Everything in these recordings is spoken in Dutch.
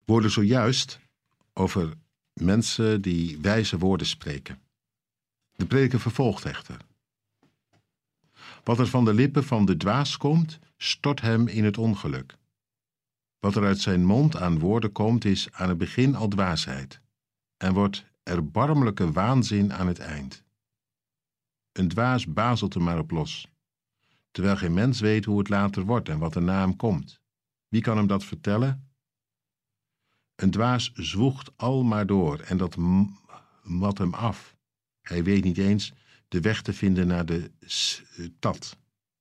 We hoorden zojuist over mensen die wijze woorden spreken. De prediker vervolgt echter. Wat er van de lippen van de dwaas komt, stort hem in het ongeluk. Wat er uit zijn mond aan woorden komt, is aan het begin al dwaasheid en wordt erbarmelijke waanzin aan het eind. Een dwaas bazelt er maar op los, terwijl geen mens weet hoe het later wordt en wat er na hem komt. Wie kan hem dat vertellen? Een dwaas zwoegt al maar door en dat mat hem af. Hij weet niet eens de weg te vinden naar de stad.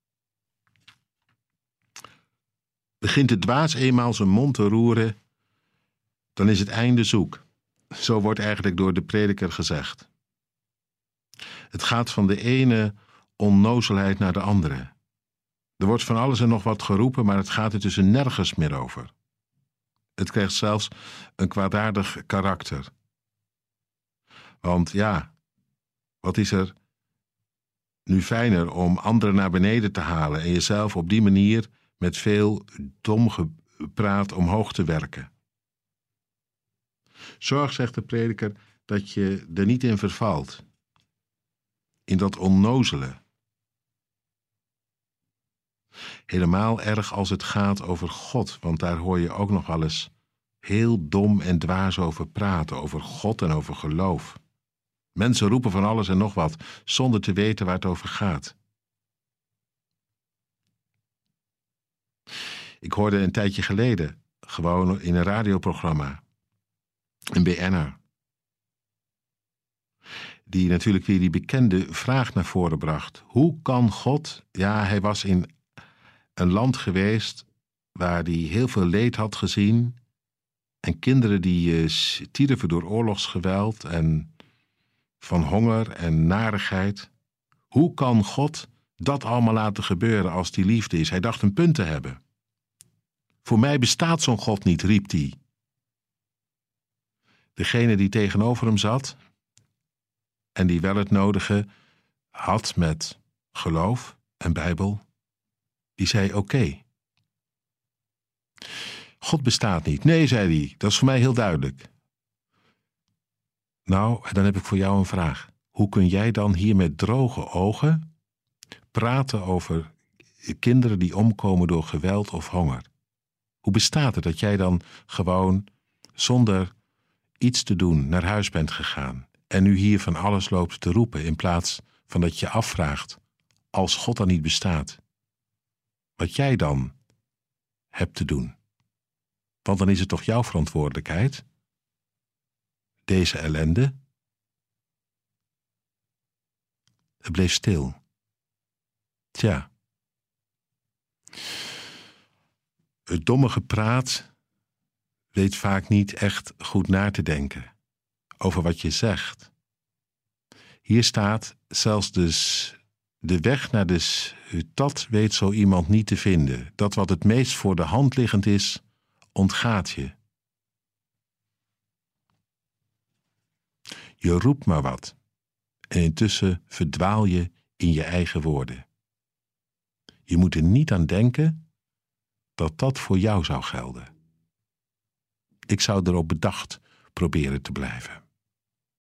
Begint de dwaas eenmaal zijn mond te roeren, dan is het einde zoek. Zo wordt eigenlijk door de prediker gezegd. Het gaat van de ene onnozelheid naar de andere. Er wordt van alles en nog wat geroepen, maar het gaat er tussen nergens meer over. Het krijgt zelfs een kwaadaardig karakter. Want ja, wat is er nu fijner om anderen naar beneden te halen en jezelf op die manier met veel dom gepraat omhoog te werken. Zorg, zegt de prediker, dat je er niet in vervalt. In dat onnozele. Helemaal erg als het gaat over God, want daar hoor je ook nog wel eens heel dom en dwaas over praten, over God en over geloof. Mensen roepen van alles en nog wat, zonder te weten waar het over gaat. Ik hoorde een tijdje geleden, gewoon in een radioprogramma, een BN'er, die natuurlijk weer die bekende vraag naar voren bracht. Hoe kan God, ja, hij was in een land geweest waar hij heel veel leed had gezien en kinderen die stierven door oorlogsgeweld en van honger en narigheid. Hoe kan God dat allemaal laten gebeuren als die liefde is? Hij dacht een punt te hebben. Voor mij bestaat zo'n God niet, riep hij. Degene die tegenover hem zat en die wel het nodige had met geloof en Bijbel, die zei oké. God bestaat niet. Nee, zei hij, dat is voor mij heel duidelijk. Nou, dan heb ik voor jou een vraag. Hoe kun jij dan hier met droge ogen praten over kinderen die omkomen door geweld of honger? Hoe bestaat het dat jij dan gewoon zonder iets te doen naar huis bent gegaan en nu hier van alles loopt te roepen in plaats van dat je afvraagt, als God dan niet bestaat, wat jij dan hebt te doen? Want dan is het toch jouw verantwoordelijkheid? Deze ellende? Het bleef stil. Tja. Het domme gepraat weet vaak niet echt goed na te denken over wat je zegt. Hier staat zelfs dus de weg naar de stad weet zo iemand niet te vinden. Dat wat het meest voor de hand liggend is, ontgaat je. Je roept maar wat en intussen verdwaal je in je eigen woorden. Je moet er niet aan denken dat dat voor jou zou gelden. Ik zou erop bedacht proberen te blijven.